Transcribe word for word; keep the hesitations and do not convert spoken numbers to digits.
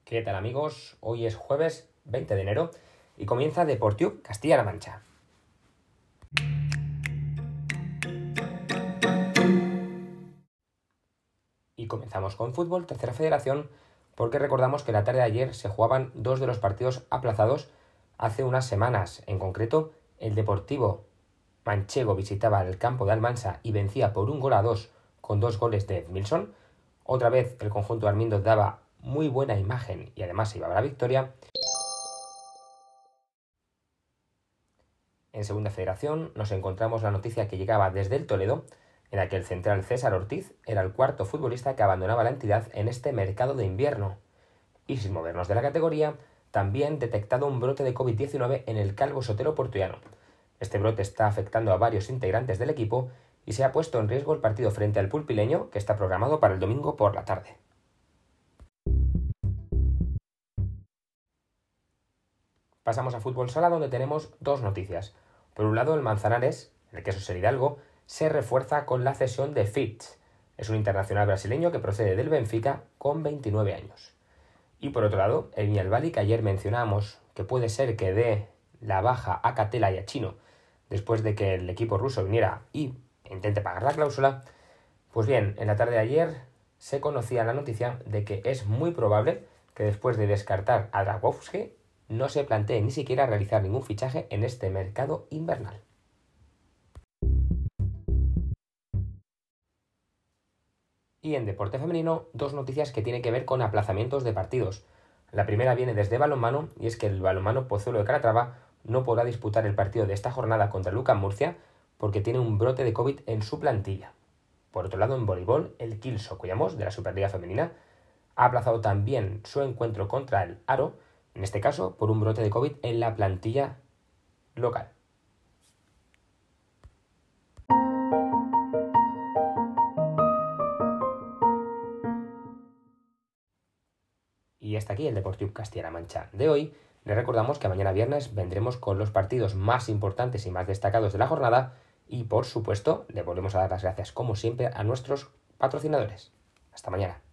¿Qué tal, amigos? Hoy es jueves veinte de enero y comienza Deportiub Castilla-La Mancha. Y comenzamos con fútbol, tercera federación, porque recordamos que la tarde de ayer se jugaban dos de los partidos aplazados hace unas semanas. En concreto, el Deportivo Manchego visitaba el campo de Almansa y vencía por un gol a dos con dos goles de Milson. Otra vez el conjunto de Armindo daba muy buena imagen y además se iba a la victoria. En segunda federación nos encontramos la noticia que llegaba desde el Toledo, en la que el central César Ortiz era el cuarto futbolista que abandonaba la entidad en este mercado de invierno. Y sin movernos de la categoría, también detectado un brote de covid diecinueve en el Calvo Sotero portuano. Este brote está afectando a varios integrantes del equipo y se ha puesto en riesgo el partido frente al Pulpileño, que está programado para el domingo por la tarde. Pasamos a fútbol sala, donde tenemos dos noticias. Por un lado, el Manzanares, el queso Ser Hidalgo, se refuerza con la cesión de Fitz. Es un internacional brasileño que procede del Benfica con veintinueve años. Y por otro lado, el Viñalbali, que ayer mencionábamos que puede ser que dé la baja a Catela y a Chino después de que el equipo ruso viniera y intente pagar la cláusula. Pues bien, en la tarde de ayer se conocía la noticia de que es muy probable que después de descartar a Dragowski no se plantee ni siquiera realizar ningún fichaje en este mercado invernal. Y en deporte femenino, dos noticias que tienen que ver con aplazamientos de partidos. La primera viene desde balonmano, y es que el balonmano Pozuelo de Calatrava no podrá disputar el partido de esta jornada contra Lucas Murcia porque tiene un brote de COVID en su plantilla. Por otro lado, en voleibol, el Quilso Cuyamos, de la Superliga Femenina, ha aplazado también su encuentro contra el Aro, en este caso por un brote de COVID en la plantilla local. Y hasta aquí el Deportiub Castilla-La Mancha de hoy. Les recordamos que mañana viernes vendremos con los partidos más importantes y más destacados de la jornada y, por supuesto, le volvemos a dar las gracias, como siempre, a nuestros patrocinadores. Hasta mañana.